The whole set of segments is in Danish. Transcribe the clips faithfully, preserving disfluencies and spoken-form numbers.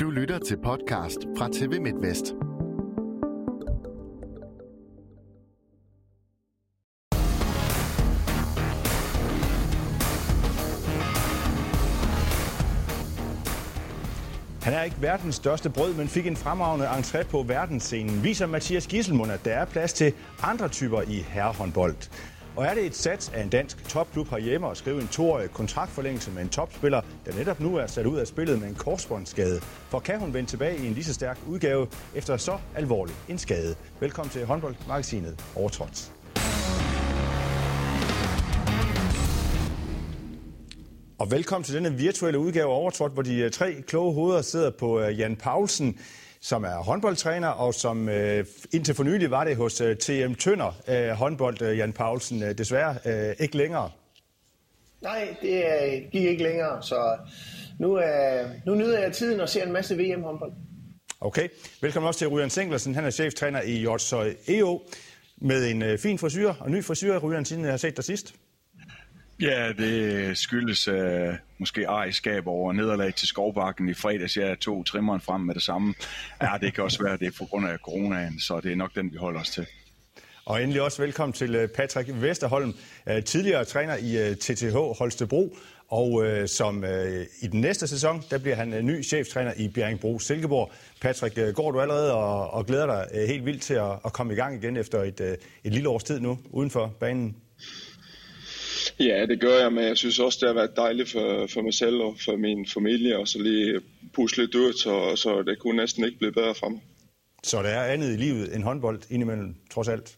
Du lytter til podcast fra T V MidtVest. Han er ikke verdens største brød, men fik en fremragende entré på verdensscenen. Viser Mathias Gisselmund, at der er plads til andre typer i herrehåndbold. Og er det et sats af en dansk topklub herhjemme at skrive en toårig kontraktforlængelse med en topspiller, der netop nu er sat ud af spillet med en korsbåndsskade? For kan hun vende tilbage i en lige så stærk udgave efter så alvorlig en skade? Velkommen til håndboldmagasinet Overtrådt. Og velkommen til denne virtuelle udgave af Overtrådt, hvor de tre kloge hoveder sidder på Jan Paulsen, som er håndboldtræner, og som øh, indtil for nylig var det hos øh, T M Tønder øh, håndbold, øh, Jan Paulsen. Øh, desværre øh, ikke længere. Nej, det øh, gik ikke længere, så nu, øh, nu nyder jeg tiden og ser en masse V M-håndbold. Okay. Velkommen også til Ryan Singlersen. Han er cheftræner i Hjortshøj E O med en øh, fin frisyr og ny frisyr, Ryan, siden jeg har set dig sidst. Ja, det skyldes uh, måske ejerskab over nederlag til Skovbakken i fredags. Jeg tog trimmeren frem med det samme. Ja, det kan også være, det er på grund af coronaen, så det er nok den, vi holder os til. Og endelig også velkommen til Patrick Vesterholm, tidligere træner i T T H Holstebro, og uh, som uh, i den næste sæson, der bliver han ny cheftræner i Bjerringbro Silkeborg. Patrick, går du allerede og, og glæder dig uh, helt vildt til at, at komme i gang igen efter et, uh, et lille års tid nu uden for banen? Ja, det gør jeg, men jeg synes også, det har været dejligt for, for mig selv og for min familie, og så lige pusle lidt ud, så, så det kunne næsten ikke blive bedre for mig. Så der er andet i livet end håndbold indimellem, trods alt?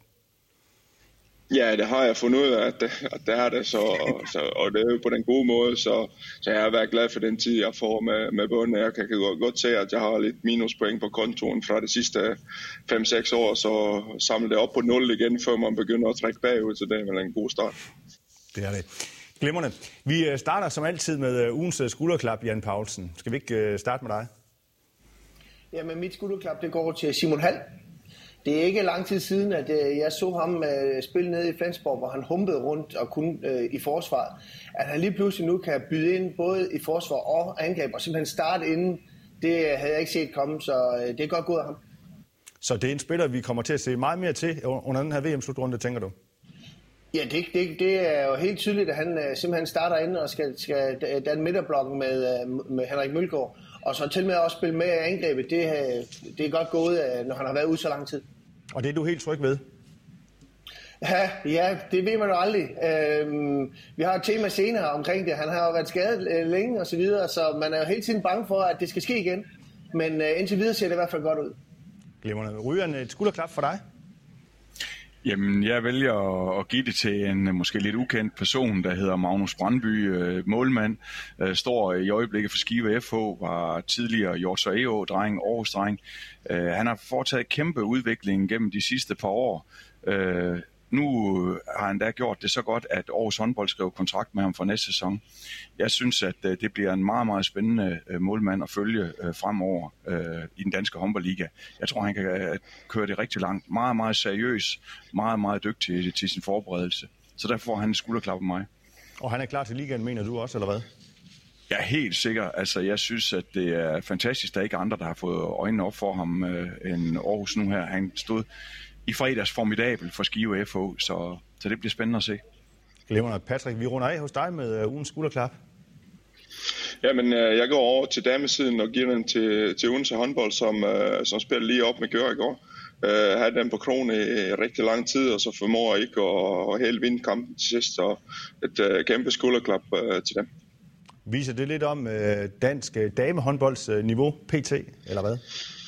Ja, det har jeg fundet ud af, at det, at det er det, så, så, og det er jo på den gode måde, så, så jeg har været glad for den tid, jeg får med, med bunden. Jeg kan godt se, at jeg har lidt minuspoint på kontoen fra de sidste fem seks år, så samle det op på nul igen, før man begynder at trække bagud, så det er vel en god start. Det er det. Glimrende. Vi starter som altid med ugens skulderklap, Jan Paulsen. Skal vi ikke starte med dig? Jamen, mit skulderklap, det går til Simon Hall. Det er ikke lang tid siden, at jeg så ham spille nede i Flensborg, hvor han humpede rundt og kun i forsvar. At han lige pludselig nu kan byde ind både i forsvar og angreb, og simpelthen starte inden, det havde jeg ikke set komme, så det er godt gået af ham. Så det er en spiller, vi kommer til at se meget mere til under den her V M-slutrunde, tænker du? Ja, det, det, det er jo helt tydeligt, at han uh, simpelthen starter ind og skal, skal danne midterblokken med, uh, med Henrik Mølgaard. Og så til med at også spille med angrebet, det, uh, det er godt gået, uh, når han har været ude så lang tid. Og det er du helt tryg ved? Ja, ja, det ved man jo aldrig. Uh, vi har et tema senere omkring det. Han har jo været skadet uh, længe og så videre, så man er jo hele tiden bange for, at det skal ske igen. Men uh, indtil videre ser det i hvert fald godt ud. Glimrende. Ryan, et skulderklap for dig? Jamen, jeg vælger at give det til en måske lidt ukendt person, der hedder Magnus Brandby, målmand, står i øjeblikket for Skive F H, var tidligere Hjortshøj E O-dreng, Aarhus-dreng. Han har foretaget kæmpe udvikling gennem de sidste par år. Nu har han da gjort det så godt, at Aarhus håndbold skrev kontrakt med ham for næste sæson. Jeg synes, at det bliver en meget, meget spændende målmand at følge fremover i den danske håndboldliga. Jeg tror, han kan køre det rigtig langt. Meget, meget seriøs. Meget, meget dygtig til sin forberedelse. Så derfor får han en skulderklap af mig. Og han er klar til ligaen, mener du også, eller hvad? Jeg er helt sikker. Altså, jeg synes, at det er fantastisk, der er ikke andre, der har fået øjnene op for ham end Aarhus nu her. Han stod i fredags formidabel for Skive F H, så, så det bliver spændende at se. Glimrende. Patrick, vi runder af hos dig med uh, ugens skulderklap. Jamen, øh, jeg går over til damesiden og giver den til, til Odense håndbold, som, øh, som spiller lige op med Gør i går. Øh, havde den på kronen i rigtig lang tid, og så formår ikke at, at helt vinde kampen til sidst, så et øh, kæmpe skulderklap øh, til dem. Viser det lidt om øh, dansk damehåndbolds øh, niveau, P T, eller hvad?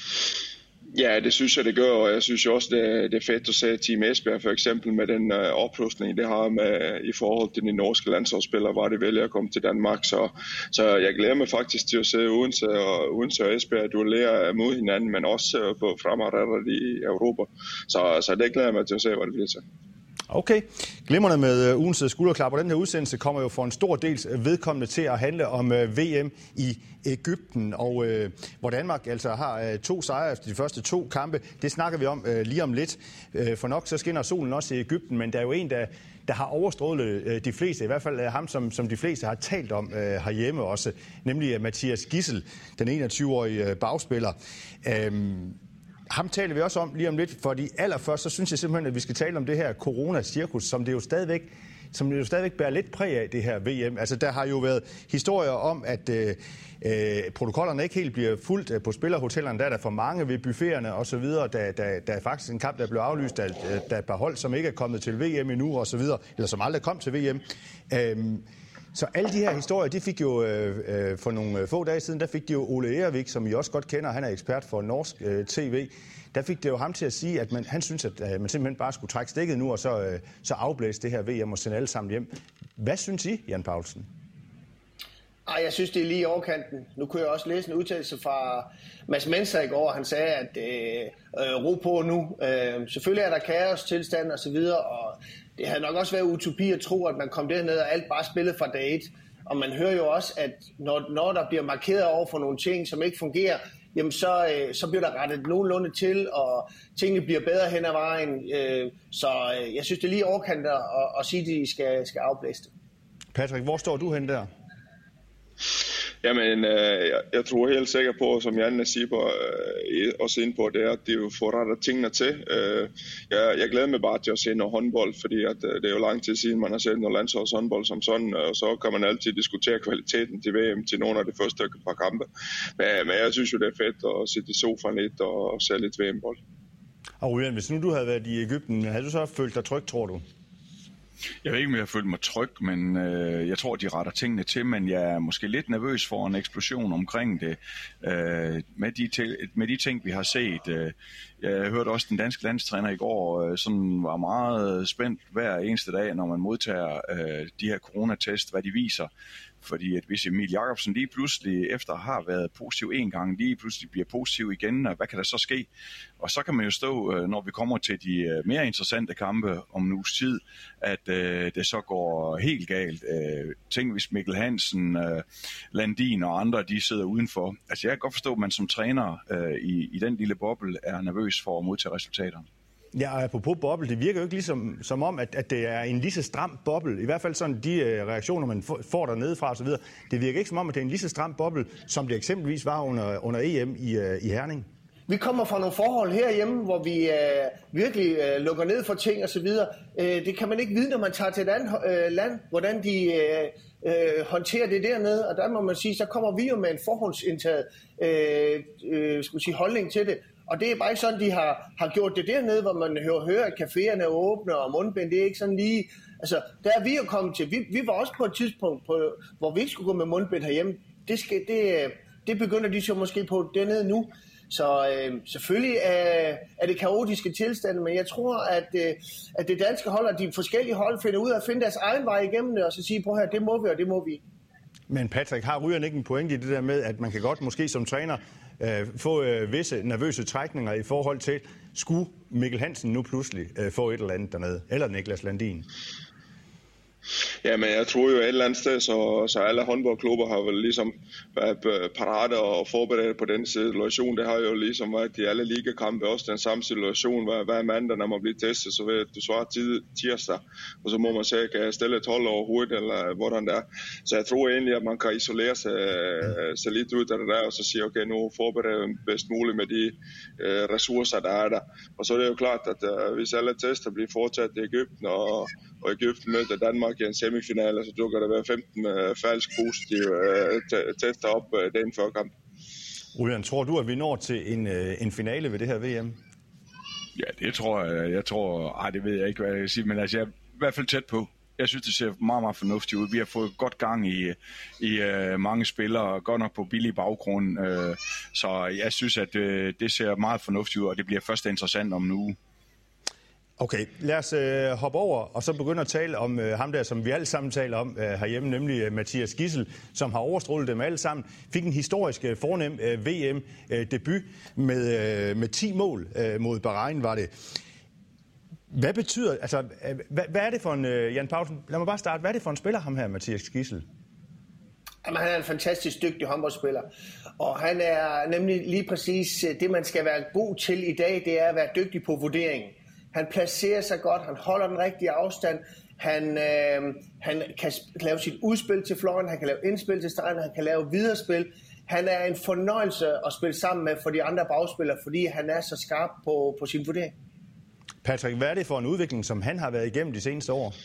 Ja, det synes jeg, det gør, og jeg synes også, det, det er fedt at se Team Esbjerg for eksempel med den uh, oprustning, det har med i forhold til de norske landsholdsspillere, hvor de vælger at komme til Danmark. Så, så jeg glæder mig faktisk til at se Odense og, Odense og Esbjerg duellere mod hinanden, men også på fremadrettet i Europa. Så, så det glæder jeg mig til at se, hvad det bliver til. Okay, glimrende med ugens skulderklap, og den her udsendelse kommer jo for en stor dels vedkommende til at handle om V M i Egypten, og øh, hvor Danmark altså har øh, to sejre efter de første to kampe. Det snakker vi om øh, lige om lidt, øh, for nok så skinner solen også i Egypten, men der er jo en, der, der har overstrålet øh, de fleste, i hvert fald øh, ham, som, som de fleste har talt om øh, herhjemme også, nemlig Mathias Gidsel, den enogtyve-årige øh, bagspiller. Øh, Ham taler vi også om lige om lidt, fordi allerførst så synes jeg simpelthen, at vi skal tale om det her corona-cirkus, som det jo stadigvæk, som det jo stadigvæk bærer lidt præg af, det her V M. Altså, der har jo været historier om, at øh, øh, protokollerne ikke helt bliver fuldt på spillerhotellerne. Der er der for mange ved buffeterne og så videre. Der, der, der er faktisk en kamp, der blev aflyst. Der, der er et par hold, som ikke er kommet til V M endnu og så videre, eller som aldrig kom til V M. Øhm, Så alle de her historier, de fik jo øh, for nogle få dage siden, der fik de jo Ole Ervik, som I også godt kender, han er ekspert for norsk øh, tv. Der fik det jo ham til at sige, at man, han synes, at øh, man simpelthen bare skulle trække stikket nu, og så, øh, så afblæse det her V M og sende alle sammen hjem. Hvad synes I, Jan Paulsen? Ej, jeg synes, det er lige i overkanten. Nu kunne jeg også læse en udtalelse fra Mads Menser i går. Han sagde, at øh, ro på nu. Øh, selvfølgelig er der kaos, tilstand og så videre, og det havde nok også været utopi at tro, at man kom derned og alt bare spillet fra dag et. Og man hører jo også, at når, når der bliver markeret over for nogle ting, som ikke fungerer, jamen så, øh, så bliver der rettet nogenlunde til, og tingene bliver bedre hen ad vejen. Øh, så øh, jeg synes, det er lige overkanten at, at sige, at de skal, skal afblæse det. Patrick, hvor står du hen der? Jamen, øh, jeg, jeg tror helt sikker på, som Janne siger på, øh, også ind på, det er, at de får rettet tingene til. Øh, jeg, jeg glæder mig bare til at se noget håndbold, fordi at, øh, det er jo lang tid siden, man har set noget landsholdshåndbold som sådan, og så kan man altid diskutere kvaliteten til V M til nogle af de første par kampe. Men, men jeg synes jo, det er fedt at sidde i sofaen lidt og se lidt V M-bold. Og Ryan, hvis nu du havde været i Egypten, havde du så følt dig tryg, tror du? Jeg ved ikke, om jeg har følt mig tryg, men øh, jeg tror, de retter tingene til, men jeg er måske lidt nervøs for en eksplosion omkring det. Øh, med, de til, med de ting, vi har set. Øh, jeg hørte også den danske landstræner i går, øh, sådan var meget spændt hver eneste dag, når man modtager øh, de her coronatest, hvad de viser. Fordi at hvis Emil Jacobsen lige pludselig, efter at have været positiv en gang, lige pludselig bliver positiv igen, hvad kan der så ske? Og så kan man jo stå, når vi kommer til de mere interessante kampe om en uges tid, at øh, det så går helt galt. Øh, tænk hvis Mikkel Hansen, øh, Landin og andre, de sidder udenfor. Altså jeg kan godt forstå, at man som træner øh, i, i den lille boble er nervøs for at modtage resultater. Ja, og apropos boble, det virker jo ikke ligesom som om, at, at det er en lige så stram boble. I hvert fald sådan de øh, reaktioner, man får dernede fra osv. Det virker ikke som om, at det er en lige så stram boble, som det eksempelvis var under, under E M i, øh, i Herning. Vi kommer fra nogle forhold herhjemme, hvor vi øh, virkelig øh, lukker ned for ting og så videre. Øh, det kan man ikke vide, når man tager til et andet øh, land, hvordan de øh, øh, håndterer det dernede. Og der må man sige, så kommer vi jo med en forhåndsindtaget øh, øh, skal sige, holdning til det. Og det er bare ikke sådan, de har, har gjort det dernede, hvor man hører, hører at caféerne er åbne og mundbind. Det er ikke sådan lige... Altså, der er vi jo kommet til. Vi, vi var også på et tidspunkt, på, hvor vi ikke skulle gå med mundbind herhjemme. Det, skal, det, det begynder de så måske på dernede nu. Så øh, selvfølgelig er, er det kaotiske tilstande, men jeg tror, at, øh, at det danske hold og de forskellige hold finder ud af at finde deres egen vej igennem det, og så sige, prøv her, det må vi, og det må vi. Men Patrick, har Ryan ikke en pointe i det der med, at man kan godt måske som træner øh, få øh, visse nervøse trækninger i forhold til, skulle Mikkel Hansen nu pludselig øh, få et eller andet dernede, eller Niklas Landin? Ja, men jeg tror jo et eller andet sted, så, så alle håndboldklubber har vel ligesom været parate og forberedt på den situation. Det har jo ligesom været i alle ligakampe også den samme situation. Hver, hver mandag, når man bliver testet, så ved du svarer tid, tirsdag, og så må man sige, kan jeg stille et hold overhovedet, eller hvordan det er. Så jeg tror egentlig, at man kan isolere sig, sig lidt ud af det der, og så sige, okay, nu forbereder vi bedst muligt med de uh, ressourcer, der er der. Og så er det jo klart, at uh, hvis alle tester bliver fortsat i Egypten, og og Egypten mødte Danmark i en semifinale, så dukker der være femten uh, falsk positive uh, tester op uh, den før kamp. Ryan, tror du, at vi når til en, uh, en finale ved det her V M? Ja, det tror jeg. Jeg tror, ej, det ved jeg ikke, hvad jeg vil sige, men altså, jeg er i hvert fald tæt på. Jeg synes, det ser meget, meget fornuftigt ud. Vi har fået godt gang i, i uh, mange spillere, godt nok på billig baggrund. Uh, så jeg synes, at uh, det ser meget fornuftigt ud, og det bliver først interessant om en uge. Okay, lad os øh, hoppe over og så begynde at tale om øh, ham der, som vi alle sammen taler om øh, herhjemme, nemlig øh, Mathias Gidsel, som har overstrålet dem alle sammen. Fik en historisk øh, fornem øh, V M-debut øh, med, øh, med ti mål øh, mod Bahrain, var det. Hvad betyder, altså, hvad, hvad er det for en, uh, Jan Paulsen, lad mig bare starte, hvad er det for en spiller, ham her, Mathias Gidsel? Jamen, han er en fantastisk dygtig håndboldspiller, og han er nemlig lige præcis det, man skal være god til i dag, det er at være dygtig på vurderingen. Han placerer sig godt, han holder den rigtige afstand, han, øh, han kan lave sit udspil til fløjen, han kan lave indspil til stregen, han kan lave viderespil. Han er en fornøjelse at spille sammen med for de andre bagspillere, fordi han er så skarp på, på sin vurdering. Patrick, hvad er det for en udvikling, som han har været igennem de seneste år?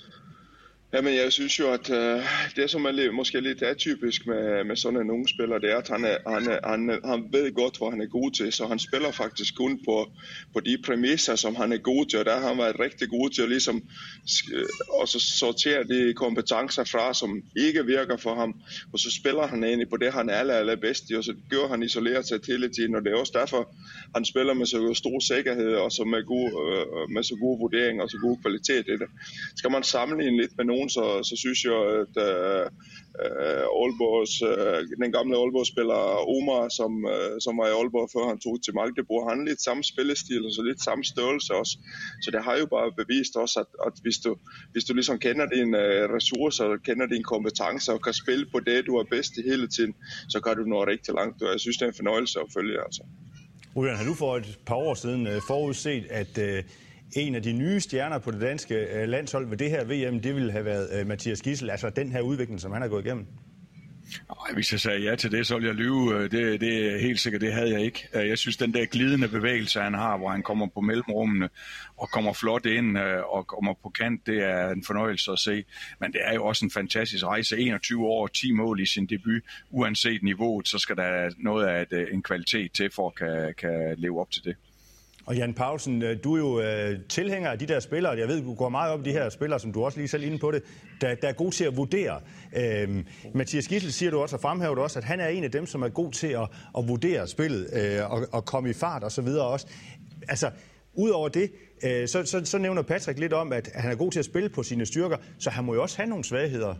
Jamen, jeg synes jo, at øh, det, som er lidt, måske lidt atypisk med, med sådan en unge spiller, det er, at han, er, han, er, han, er, han ved godt, hvor han er god til, så han spiller faktisk kun på, på de præmisser, som han er god til, og der har han været rigtig god til at ligesom øh, også sortere de kompetencer fra, som ikke virker for ham, og så spiller han egentlig på det, han er aller, allerbedst i, og så gør han isoleret sig hele tiden, og det er også derfor, han spiller med så stor sikkerhed, og så med, god, øh, med så god vurdering og så god kvalitet i det. Skal man sammenligne lidt med nogen, Så, så synes jeg, at uh, uh, Aalborgs, uh, den gamle Aalborg-spiller Omar, som, uh, som var i Aalborg, før han tog til Magdeburg, han lidt samme spillestil og så lidt samme størrelse også. Så det har jo bare bevist også, at, at hvis, du, hvis du ligesom kender dine uh, ressourcer, kender dine kompetencer og kan spille på det, du er bedst i hele tiden, så kan du nå rigtig langt. Og jeg synes, det er en fornøjelse at følge. Altså. Ryan, har du for et par år siden uh, forudset, at uh, en af de nye stjerner på det danske landshold ved det her V M, det ville have været Mathias Gidsel, altså den her udvikling, som han har gået igennem? Ej, hvis jeg sagde ja til det, så ville jeg lyve. Det, det er helt sikkert, det havde jeg ikke. Jeg synes, den der glidende bevægelse, han har, hvor han kommer på mellemrummene og kommer flot ind og kommer på kant, det er en fornøjelse at se. Men det er jo også en fantastisk rejse. enogtyve år, ti mål i sin debut. Uanset niveauet, så skal der noget af en kvalitet til, for at kan, kan leve op til det. Og Jan Paulsen, du er jo øh, tilhænger af de der spillere, jeg ved, du går meget op i de her spillere, som du også lige selv inde på det, der, der er god til at vurdere. Øhm, Mathias Gidsel siger du også, og fremhæver du også, at han er en af dem, som er god til at, at vurdere spillet øh, og, og komme i fart og så videre også. Altså, udover det, øh, så, så, så nævner Patrick lidt om, at han er god til at spille på sine styrker, så han må jo også have nogle svagheder.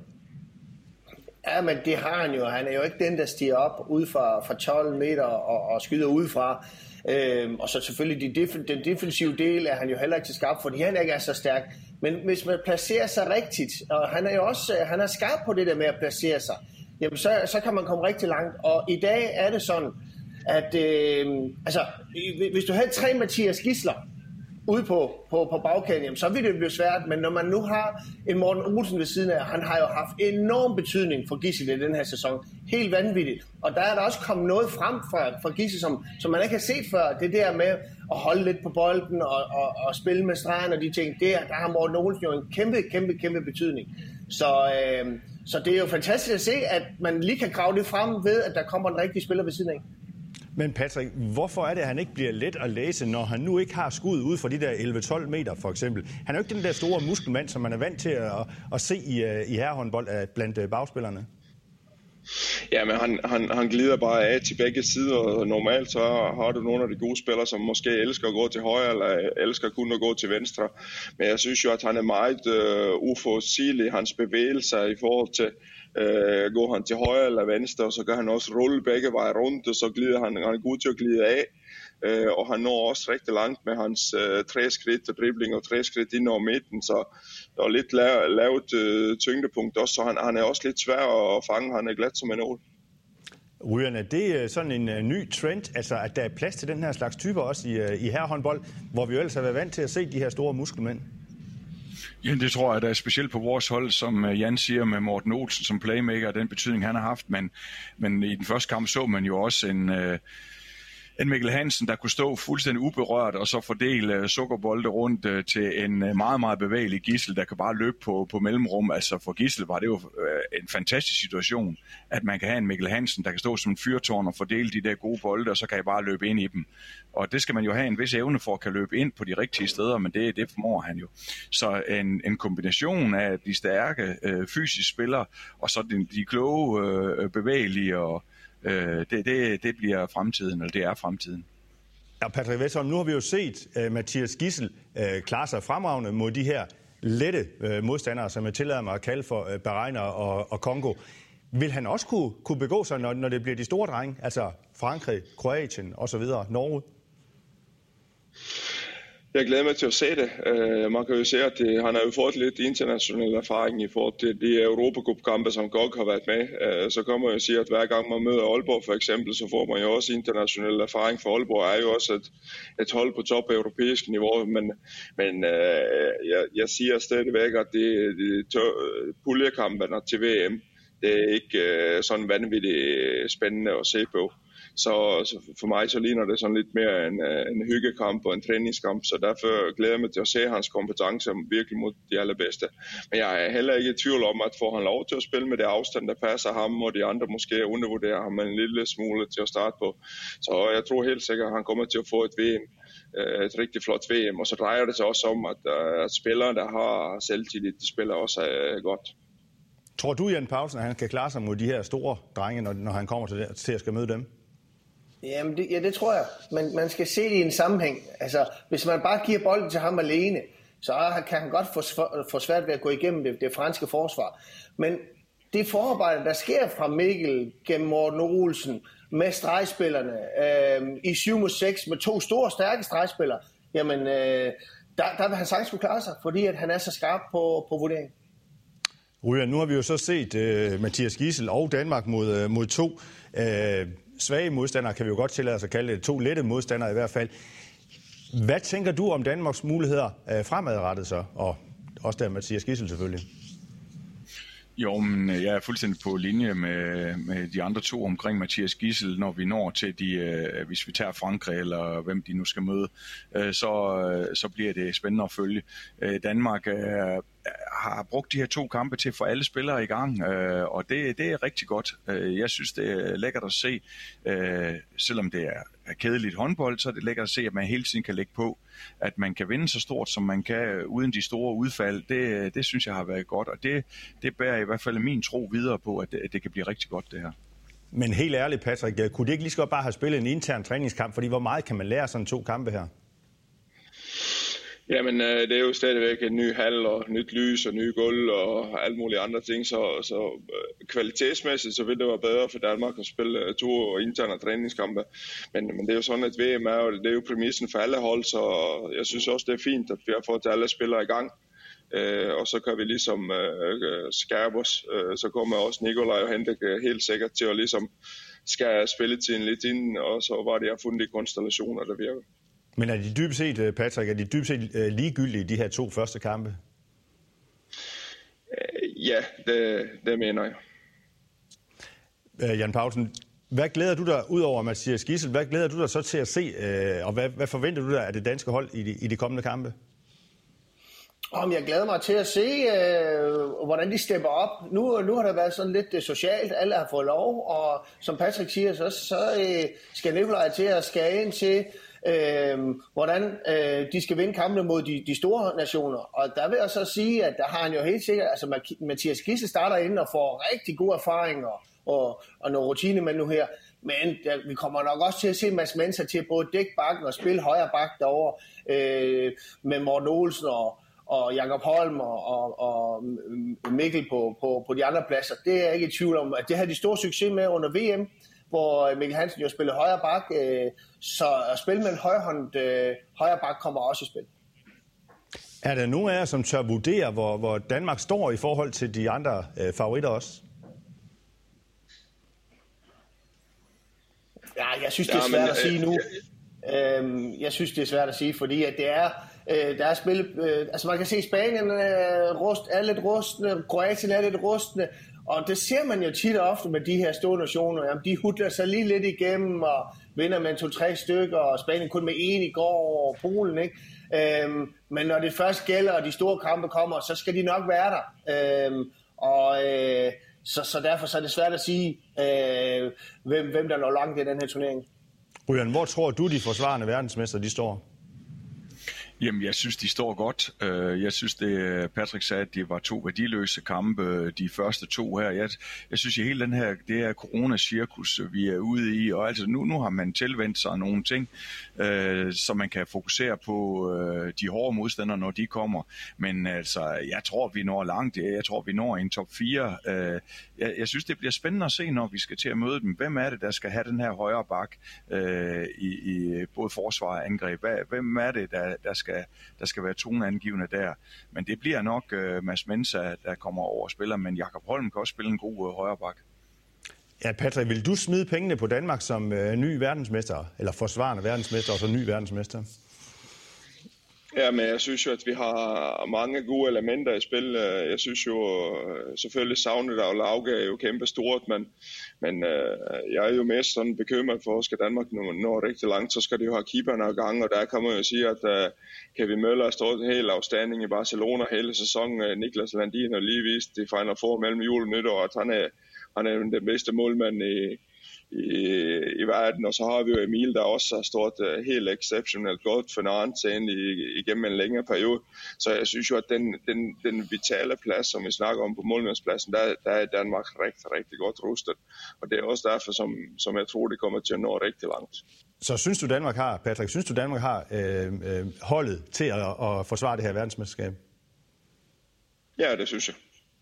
Ja, men det har han jo. Han er jo ikke den, der stiger op ud fra, fra tolv meter og, og skyder udefra. Øhm, og så selvfølgelig de def- den defensive del er han jo heller ikke til skarp, fordi han ikke er så stærk. Men hvis man placerer sig rigtigt, og han er jo også han er skarp på det der med at placere sig, jamen så, så kan man komme rigtig langt. Og i dag er det sådan, at øh, altså, hvis du havde tre Mathias Gidsler ude på, på, på bagkæden, jamen, så vil det blive svært, men når man nu har en Morten Olsen ved siden af, han har jo haft enorm betydning for Gidsel i den her sæson. Helt vanvittigt. Og der er der også kommet noget frem fra, fra Gidsel, som, som man ikke har set før. Det der med at holde lidt på bolden og, og, og spille med stregen og de ting, der, der har Morten Olsen jo en kæmpe, kæmpe, kæmpe betydning. Så, øh, så det er jo fantastisk at se, at man lige kan grave det frem ved, at der kommer en rigtig spiller ved siden af. Men Patrick, hvorfor er det, at han ikke bliver let at læse, når han nu ikke har skud ud fra de der elleve tolv meter, for eksempel? Han er jo ikke den der store muskelmand, som man er vant til at, at se i, i herrehåndbold blandt bagspillerne. Ja, men han, han, han glider bare af til begge sider, og normalt så har du nogle af de gode spillere, som måske elsker at gå til højre, eller elsker kun at gå til venstre. Men jeg synes jo, at han er meget øh, uforudsigelig i hans bevægelser i forhold til, øh, går han til højre eller venstre, og så kan han også rulle begge veje rundt, og så glider han, han er god til at glide af. Uh, og han når også rigtig langt med hans uh, tre skridt og dribling og tre skridt ind over midten, så der er lidt lav, lavt uh, tyngdepunkt også, så han, han er også lidt svær at fange, han er glat som en ål. Ryan, er det sådan en uh, ny trend, altså at der er plads til den her slags typer også i, uh, i herrehåndbold, hvor vi jo ellers har været vant til at se de her store muskelmænd? Ja, det tror jeg, der er specielt på vores hold, som Jan siger, med Morten Olsen som playmaker, den betydning han har haft, men, men i den første kamp så man jo også en... Uh, En Mikkel Hansen, der kunne stå fuldstændig uberørt og så fordele sukkerbolde rundt uh, til en uh, meget, meget bevægelig Gidsel, der kan bare løbe på, på mellemrum. Altså for Gidsel var det jo uh, en fantastisk situation, at man kan have en Mikkel Hansen, der kan stå som en fyrtårn og fordele de der gode bolde, og så kan jeg bare løbe ind i dem. Og det skal man jo have en vis evne for at kan løbe ind på de rigtige steder, men det, det formår han jo. Så en, en kombination af de stærke uh, fysiske spillere, og så de, de kloge, uh, bevægelige og Øh, det, det, det bliver fremtiden, eller det er fremtiden. Ja, Patrick Westholm, nu har vi jo set uh, Mathias Gidsel uh, klare sig fremragende mod de her lette uh, modstandere, som jeg tillader mig at kalde for uh, Bahrain og, og Kongo. Vil han også kunne, kunne begå sig, når, når det bliver de store drenge, altså Frankrig, Kroatien osv., Norge? Jeg glæder mig til at se det. Uh, man kan jo se, at det, han har jo fået lidt international erfaring i forhold til de Europacup-kampe, som Gok har været med. Uh, så kan man jo sige, at hver gang man møder Aalborg for eksempel, så får man jo også international erfaring, for Aalborg er jo også et, et hold på top europæisk niveau. Men, men uh, jeg, jeg siger stadigvæk, at det, det puljekampene til V M, det er ikke uh, sådan vanvittigt spændende at se på. Så, så for mig så ligner det sådan lidt mere en, en hyggekamp og en træningskamp, så derfor glæder jeg mig til at se hans kompetencer virkelig mod de allerbedste. Men jeg er heller ikke i tvivl om, at får han lov til at spille med det afstand, der passer ham, og de andre måske undervurderer ham en lille smule til at starte på. Så jeg tror helt sikkert, at han kommer til at få et V M, et rigtig flot V M, og så drejer det sig også om, at, at spillere, der har selvtillid, de spiller også godt. Tror du, Jan Paulsen, at han kan klare sig mod de her store drenge, når, når han kommer til, det, til at skal møde dem? Jamen det, ja, det tror jeg. Men man skal se det i en sammenhæng. Altså, hvis man bare giver bolden til ham alene, så kan han godt få, få svært ved at gå igennem det, det franske forsvar. Men det forarbejde, der sker fra Mikkel gennem Morten Olsen med stregspillerne øh, i syv mod seks med to store, stærke stregspillere, jamen øh, der, der vil han sagtens kunne klare sig, fordi at han er så skarp på, på vurderingen. Ryan, nu har vi jo så set uh, Mathias Gidsel og Danmark mod, uh, mod to uh, svage modstandere, kan vi jo godt tillade os at kalde det, to lette modstandere i hvert fald. Hvad tænker du om Danmarks muligheder uh, fremadrettet så, og også der Mathias Gidsel selvfølgelig? Jo, men jeg er fuldstændig på linje med, med de andre to omkring Mathias Gidsel, når vi når til de, øh, hvis vi tager Frankrig eller hvem de nu skal møde, øh, så, øh, så bliver det spændende at følge. Øh, Danmark øh, har brugt de her to kampe til at få alle spillere i gang, øh, og det, det er rigtig godt. Øh, jeg synes, det er lækkert at se, øh, selvom det er, er kedeligt håndbold, så er det lækkert at se, at man hele tiden kan lægge på, at man kan vinde så stort, som man kan, uden de store udfald. Det, det synes jeg har været godt, og det, det bærer i hvert fald min tro videre på, at det, at det kan blive rigtig godt, det her. Men helt ærligt, Patrick, kunne de ikke lige så godt bare have spillet en intern træningskamp, fordi hvor meget kan man lære sådan to kampe her? Jamen, det er jo stadigvæk en ny hal og nyt lys og nye gulv og alle mulige andre ting, så, så kvalitetsmæssigt så vil det være bedre for Danmark at spille to interne træningskampe. Men, men det er jo sådan, at V M er jo, det er jo præmissen for alle hold, så jeg synes også, det er fint, at vi har fået alle spillere i gang. Øh, og så kan vi ligesom øh, skærpe os. Øh, så kommer også Nikolaj og Henrik helt sikkert til at ligesom skære spilletiden lidt ind, og så var det, jeg har fundet de konstellationer, der virker. Men er de dybest set, Patrick, er de dybest set ligegyldige, de her to første kampe? Ja, det, det mener jeg. Jan Paulsen, hvad glæder du dig, ud over Mathias Gidsel, hvad glæder du dig så til at se, og hvad, hvad forventer du dig af det danske hold i de, i de kommende kampe? Om jeg glæder mig til at se, øh, hvordan de stepper op. Nu, nu har der været sådan lidt øh, socialt, alle har fået lov, og som Patrick siger, så, så øh, skal Nikolaj til at skære ind til, øh, hvordan øh, de skal vinde kampene mod de, de store nationer. Og der vil jeg så sige, at der har han jo helt sikkert, altså Mathias Gidsel starter inden og får rigtig gode erfaringer og, og noget rutine med nu her. Men der, vi kommer nok også til at se Mads Mensah til at både dække bakken og spille højre bak derovre øh, med Morten Olsen og og Jakob Holm og, og, og Mikkel på, på, på de andre pladser. Det er jeg ikke i tvivl om. At det har de store succes med under V M, hvor Mikkel Hansen jo spiller højre bak, øh, så at spille med en højrehånd øh, højre bak kommer også i spil. Er der nogen af jer, som tør vurdere, hvor, hvor Danmark står i forhold til de andre øh, favoritter også? Ja, jeg synes, det er svært at sige nu. Øhm, jeg synes, det er svært at sige, fordi at det er Øh, der er spil, øh, altså man kan se Spanien øh, rust, er lidt rustne, Kroatien er lidt rustne, og det ser man jo tit og ofte med de her store nationer. Jamen, de hudler sig lige lidt igennem og vinder med to-tre stykker, og Spanien kun med en i går over Polen, ikke? Øhm, men når det først gælder, og de store kampe kommer, så skal de nok være der. Øhm, og øh, så, så derfor så er det svært at sige, øh, hvem, hvem der når langt i den her turnering. Ryan, hvor tror du, de forsvarende verdensmester, de står? Jamen, jeg synes, de står godt. Jeg synes, det Patrick sagde, at det var to værdiløse kampe, de første to her. Jeg, jeg synes, at hele den her, det her corona-cirkus, vi er ude i, og altså nu, nu har man tilvendt sig nogle ting, øh, så man kan fokusere på øh, de hårde modstandere, når de kommer. Men altså, jeg tror, vi når langt. Jeg tror, vi når en top fire. Øh, jeg, jeg synes, det bliver spændende at se, når vi skal til at møde dem. Hvem er det, der skal have den her højre bak øh, i, i både forsvar og angreb? Hvem er det, der, der skal skal, der skal være toneangivende der. Men det bliver nok uh, Mads Mensah, der kommer over og spiller, men Jakob Holm kan også spille en god uh, højreback. Ja, Patrick, vil du smide pengene på Danmark som øh, ny verdensmester, eller forsvarende verdensmester og så ny verdensmester? Ja, men jeg synes jo, at vi har mange gode elementer i spil. Jeg synes jo, selvfølgelig savnet af Lauge er jo kæmpe stort, men, men jeg er jo mest sådan bekymret for, at skal Danmark nå, nå rigtig langt, så skal det jo have keeperne i gang, og der kan man jo sige, at uh, Kevin Møller har stået en hel afstanding i Barcelona hele sæsonen. Niklas Landin har lige vist i Final Four mellem jul og nytår, at han er, han er den bedste målmand i I, i verden, og så har vi jo Emil, der også har stået uh, helt exceptionelt godt for Nantes igennem en længere periode. Så jeg synes jo, at den, den, den vitale plads, som vi snakker om på målmandspladsen, der, der er Danmark rigtig, rigtig godt rustet. Og det er også derfor, som, som jeg tror, det kommer til at nå rigtig langt. Så synes du, Danmark har, Patrick, synes du, Danmark har øh, øh, holdet til at, at forsvare det her verdensmesterskab? Ja, det synes jeg.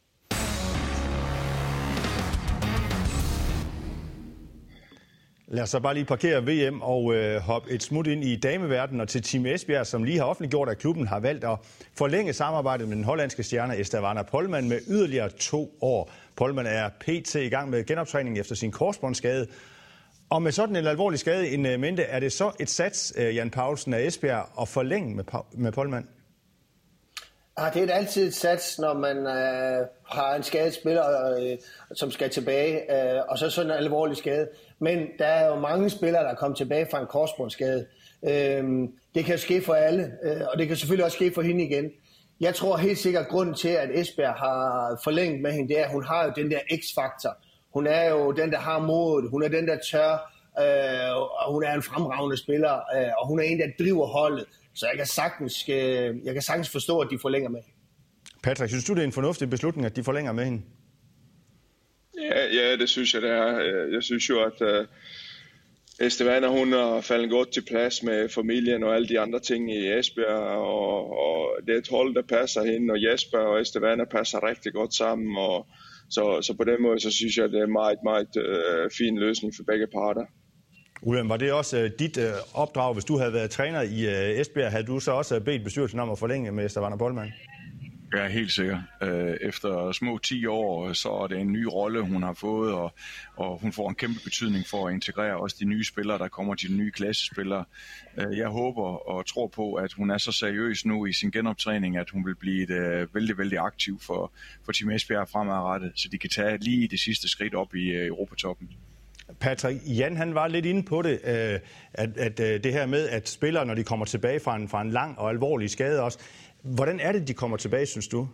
Lad os så bare lige parkere V M og øh, hoppe et smut ind i dameverdenen og til Team Esbjerg, som lige har offentliggjort, at klubben har valgt at forlænge samarbejdet med den hollandske stjerne Estavana Polman med yderligere to år. Polman er pt. I gang med genoptræning efter sin korsbåndsskade. Og med sådan en alvorlig skade i mente, er det så et sats, øh, Jan Paulsen af Esbjerg, at forlænge med, med Polman? Ja, det er altid et sats, når man øh, har en skadet spiller, øh, som skal tilbage, øh, og så sådan en alvorlig skade. Men der er jo mange spillere, der er kommet tilbage fra en korsbåndsskade. Øh, det kan ske for alle, øh, og det kan selvfølgelig også ske for hende igen. Jeg tror helt sikkert, at grunden til, at Esbjerg har forlænget med hende, det er, at hun har jo den der x-faktor. Hun er jo den, der har modet, hun er den, der tør, øh, og hun er en fremragende spiller, øh, og hun er en, der driver holdet. Så jeg kan sagtens, jeg kan sagtens forstå, at de forlænger med hende. Patrick, synes du, det er en fornuftig beslutning, at de forlænger med hende? Ja, ja, det synes jeg, det er. Jeg synes jo, at uh, Estavana, hun har faldet godt til plads med familien og alle de andre ting i Esbjerg, og, og det er et hold, der passer hende, og Jesper og Estavana passer rigtig godt sammen, og så, så på den måde, så synes jeg, det er en meget, meget uh, fin løsning for begge parter. Ulla, var det også uh, dit uh, opdrag, hvis du havde været træner i uh, Esbjerg, havde du så også bedt bestyrelsen om at forlænge med Estavana Polman? Ja, helt sikkert. Efter små ti år, så er det en ny rolle, hun har fået, og, og hun får en kæmpe betydning for at integrere også de nye spillere, der kommer til de nye klassespillere. Jeg håber og tror på, at hun er så seriøs nu i sin genoptræning, at hun vil blive et uh, vældig, vældig aktiv for, for Team Esbjerg fremadrettet, så de kan tage lige det sidste skridt op i uh, Europatoppen. Patrick, Jan han var lidt inde på det, at, at det her med, at spillere, når de kommer tilbage fra en, fra en lang og alvorlig skade også, hvordan er det, de kommer tilbage, synes du?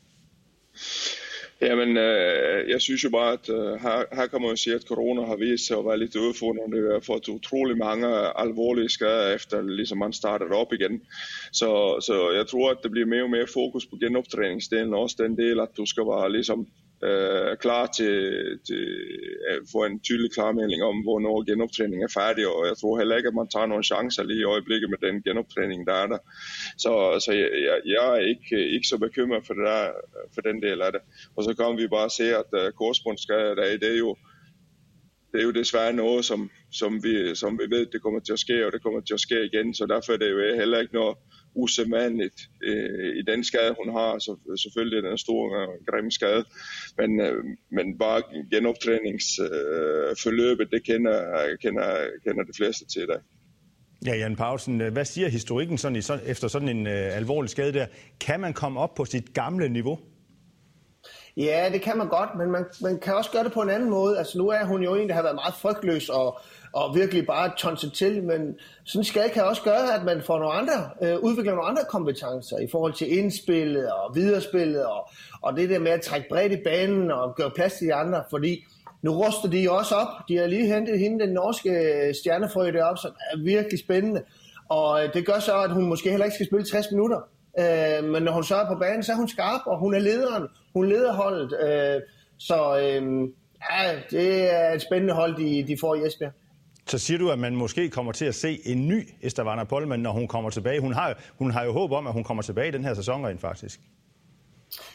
Jamen, øh, jeg synes jo bare, at øh, her, her kan man jo sige, at corona har vist sig at være lidt udfordrende. Det har fået utrolig mange alvorlige skader, efter ligesom man startede op igen. Så, så jeg tror, at det bliver mere og mere fokus på genoptræningsdelen, også den del, at du skal være ligesom øh, klar til, til at få en tydelig klarmelding om, hvornår genoptræningen er færdig. Og jeg tror heller ikke, at man tager nogle chancer lige i øjeblikket med den genoptræning, der er der. Så, så jeg, jeg, jeg er ikke, ikke så bekymret for, det der, for den del af det. Og så kan vi bare se, at uh, korsbåndsskader, der er, det er jo det er jo desværre noget, som, som, vi, som vi ved, det kommer til at ske, og det kommer til at ske igen. Så derfor er det jo heller ikke noget usædvanligt øh, i den skade, hun har. Så selvfølgelig er det en stor og grim skade. Men, øh, men bare genoptræningsforløbet, øh, det kender, kender, kender de fleste til i dag. Ja, Jan Paulsen, hvad siger historikken sådan i, efter sådan en øh, alvorlig skade der? Kan man komme op på sit gamle niveau? Ja, det kan man godt, men man, man kan også gøre det på en anden måde. Altså nu er hun jo en, der har været meget frygtløs og, og virkelig bare tonset til, men sådan en skade kan også gøre, at man får nogle andre, øh, udvikler nogle andre kompetencer i forhold til indspillet og viderespillet og, og det der med at trække bredt i banen og gøre plads til de andre, fordi nu ruster de også op. De har lige hentet hende, den norske stjernefrø deroppe, som er virkelig spændende, og det gør så, at hun måske heller ikke skal spille tres minutter. Øh, men når hun så er på banen, så er hun skarp, og hun er lederen. Hun leder holdet. Øh, så øh, ja, det er et spændende hold, de, de får i Esbjerg. Så siger du, at man måske kommer til at se en ny Estavana Polman, når hun kommer tilbage. Hun har, hun har jo håb om, at hun kommer tilbage i den her sæson rent faktisk.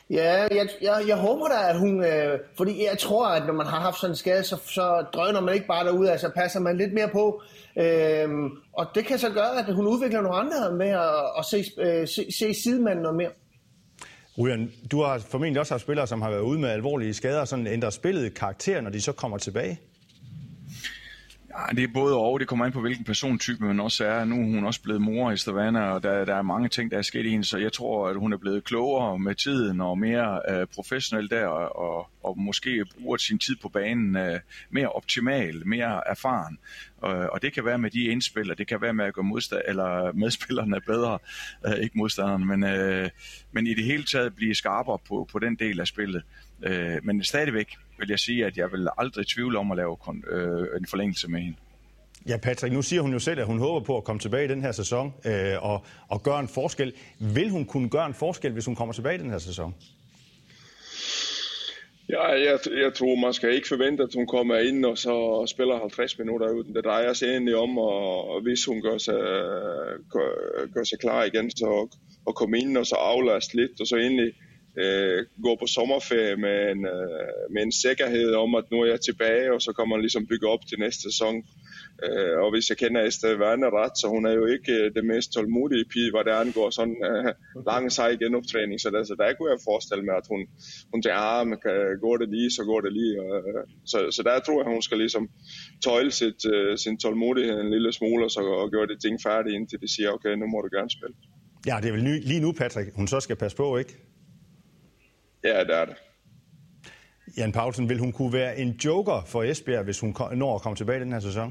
Ja, jeg, jeg, jeg håber da, at hun... Øh, fordi jeg tror, at når man har haft sådan en skade, så, så drøner man ikke bare derude, altså passer man lidt mere på. Øh, og det kan så gøre, at hun udvikler nogle andre med at, at se, øh, se, se sidemanden noget mere. Ryan, du har formentlig også haft spillere, som har været ude med alvorlige skader, og sådan ændrer spillet karakter, når de så kommer tilbage? Ja, det er både og. Det kommer an på, hvilken persontype man også er. Nu er hun også blevet mor i Stavanger, og der, der er mange ting, der er sket i hende, så jeg tror, at hun er blevet klogere med tiden og mere øh, professionel der, og, og måske bruger sin tid på banen øh, mere optimal, mere erfaren. Og, og det kan være med de indspil, og det kan være med at gøre modstand eller medspillerne bedre, øh, ikke modstanderne, men, øh, men i det hele taget blive skarpere på, på den del af spillet. Øh, men stadigvæk vil jeg sige, at jeg vil aldrig tvivle om at lave øh, en forlængelse med hende. Ja, Patrick, nu siger hun jo selv, at hun håber på at komme tilbage i den her sæson øh, og, og gøre en forskel. Vil hun kunne gøre en forskel, hvis hun kommer tilbage i den her sæson? Ja, jeg, jeg tror, man skal ikke forvente, at hun kommer ind og så spiller halvtreds minutter uden. Det drejer sig egentlig om, og hvis hun gør sig, gør, gør sig klar igen, så at komme ind og så aflaste lidt, og så egentlig øh, gå på sommerferie med en, øh, med en sikkerhed om, at nu er jeg tilbage, og så kan man ligesom bygge op til næste sæson. Uh, og hvis jeg kender Esther Werner ret, så hun er jo ikke uh, det mest tålmodige pige, hvad det angår sådan uh, lange sej genoptræning. Så der, så der kunne jeg forestille mig, at hun, hun tænker, ah, man kan, går det lige, så går det lige. Uh, så, så der tror jeg, hun skal ligesom tøjle sit, uh, sin tålmodighed en lille smule, og, så, og gøre det ting færdigt, indtil de siger, okay, nu må du gerne spille. Ja, det er vel lige nu, Patrick, hun så skal passe på, ikke? Ja, det er det. Jan Paulsen, vil hun kunne være en joker for Esbjerg, hvis hun når at komme tilbage i den her sæson?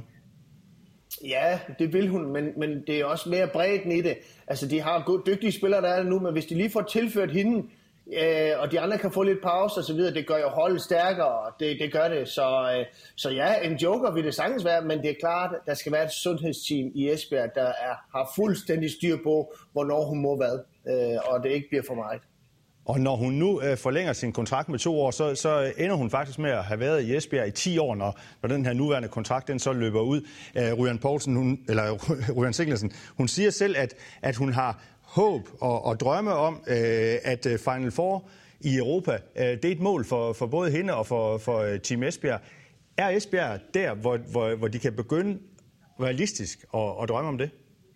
Ja, det vil hun, men, men det er også mere bredden i det. Altså, de har gode, dygtige spillere, der er nu, men hvis de lige får tilført hende, øh, og de andre kan få lidt pause og så videre, det gør jo holdet stærkere, og det, det gør det. Så, øh, så ja, en joker vil det sagtens være, men det er klart, at der skal være et sundhedsteam i Esbjerg, der er, har fuldstændig styr på, hvornår hun må hvad, øh, og det ikke bliver for meget. Og når hun nu øh, forlænger sin kontrakt med to år, så, så ender hun faktisk med at have været i Esbjerg i ti år, når, når den her nuværende kontrakt den så løber ud. Øh, Ryan Poulsen, hun, eller Ryan Siglersen, hun siger selv, at, at hun har håb og, og drømme om, øh, at Final Four i Europa, øh, det er et mål for, for både hende og for, for Team Esbjerg. Er Esbjerg der, hvor, hvor, hvor de kan begynde realistisk at, at drømme om det?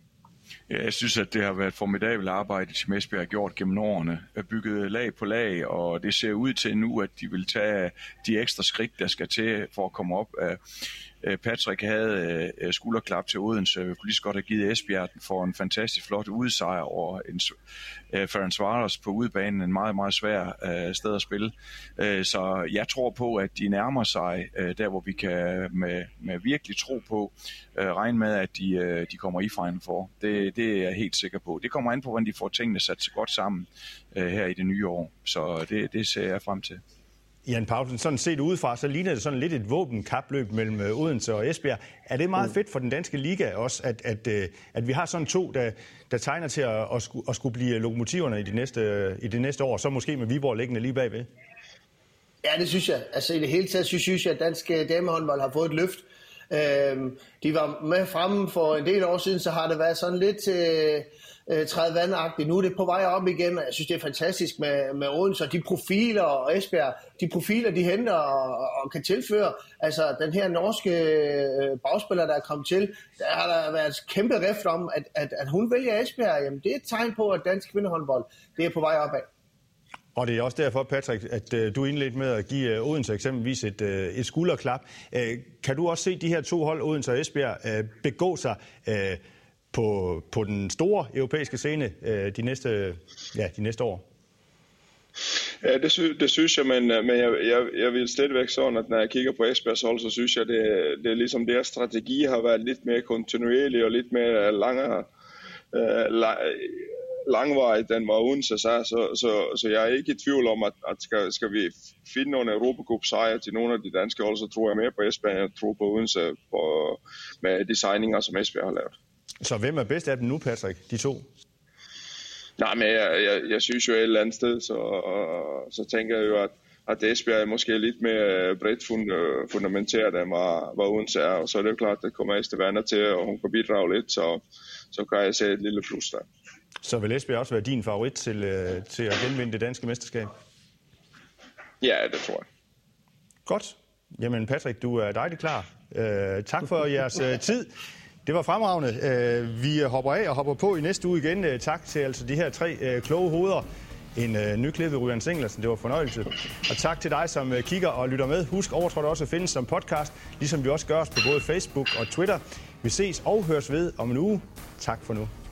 Ja, jeg synes, at det har været et formidabelt arbejde, som Esbjerg har gjort gennem årene. Er bygget lag på lag, og det ser ud til nu, at de vil tage de ekstra skridt, der skal til for at komme op. Patrick havde skulderklap til Odense. Vi kunne lige så godt have givet Esbjerg for en fantastisk flot udsejr over en Ferencvaros på udebanen. En meget, meget svær sted at spille. Så jeg tror på, at de nærmer sig der, hvor vi kan med, med virkelig tro på regne med, at de, de kommer i Final Four. Det, det er jeg helt sikker på. Det kommer an på, hvordan de får tingene sat så godt sammen her i det nye år. Så det, det ser jeg frem til. Jan Paulsen, sådan set udefra, så ligner det sådan lidt et våbenkapløb mellem Odense og Esbjerg. Er det meget fedt for den danske liga også, at, at, at vi har sådan to, der, der tegner til at, at, skulle, at skulle blive lokomotiverne i de næste, i de næste år, så måske med Viborg liggende lige bagved? Ja, det synes jeg. Altså i det hele taget synes, synes jeg, at dansk damehåndbold har fået et løft. Øhm, de var med fremme for en del år siden, så har det været sådan lidt øh, træde vandagtigt. Nu er det på vej op igen, og jeg synes, det er fantastisk med, med Odense og de profiler og Esbjerg. De profiler, de henter og, og kan tilføre. Altså den her norske øh, bagspiller, der er kommet til, der har der været et kæmpe rift om, at, at, at hun vælger Esbjerg. Jamen, det er et tegn på, at dansk kvindehåndbold, det er på vej opad. Og det er også derfor, Patrick, at øh, du indledte med at give øh, Odense eksempelvis et, øh, et skulderklap. Øh, kan du også se de her to hold, Odense og Esbjerg, øh, begå sig øh, på, på den store europæiske scene øh, de, næste, ja, de næste år? Ja, det, sy- det synes jeg, men, men jeg, jeg, jeg vil stadigvæk sådan, at når jeg kigger på Esbjergs hold, så synes jeg, det, det er ligesom deres strategi har været lidt mere kontinuerlig og lidt mere langere, øh, la- langvarigt, den var Odense, så, så, så, så jeg er ikke i tvivl om, at, at skal, skal vi finde nogle Europacup-sejre til nogle af de danske hold, så tror jeg mere på Esbjerg, jeg tror på Odense på, med de signinger, som Esbjerg har lavet. Så hvem er bedst af dem nu, Patrick, de to? Nej, men jeg, jeg, jeg synes jo et eller andet sted, så, så tænker jeg jo, at, at Esbjerg er måske lidt mere bredt fund, fundamenteret, end hvad, hvad Odense er, og så er det jo klart, at der kommer Esther Werner til, og hun kan bidrage lidt, så, så kan jeg se et lille plus der. Så vil Esbjerg også være din favorit til, til at genvinde det danske mesterskab? Ja, det tror jeg. Godt. Jamen Patrick, du er dejligt klar. Uh, tak for jeres uh, tid. Det var fremragende. Uh, vi hopper af og hopper på i næste uge igen. Uh, tak til altså de her tre uh, kloge hoveder. En uh, nyklippet Ryan Singlersen. Det var fornøjelse. Og tak til dig, som uh, kigger og lytter med. Husk, Overtrådt også at findes som podcast, ligesom vi også gør os på både Facebook og Twitter. Vi ses og høres ved om en uge. Tak for nu.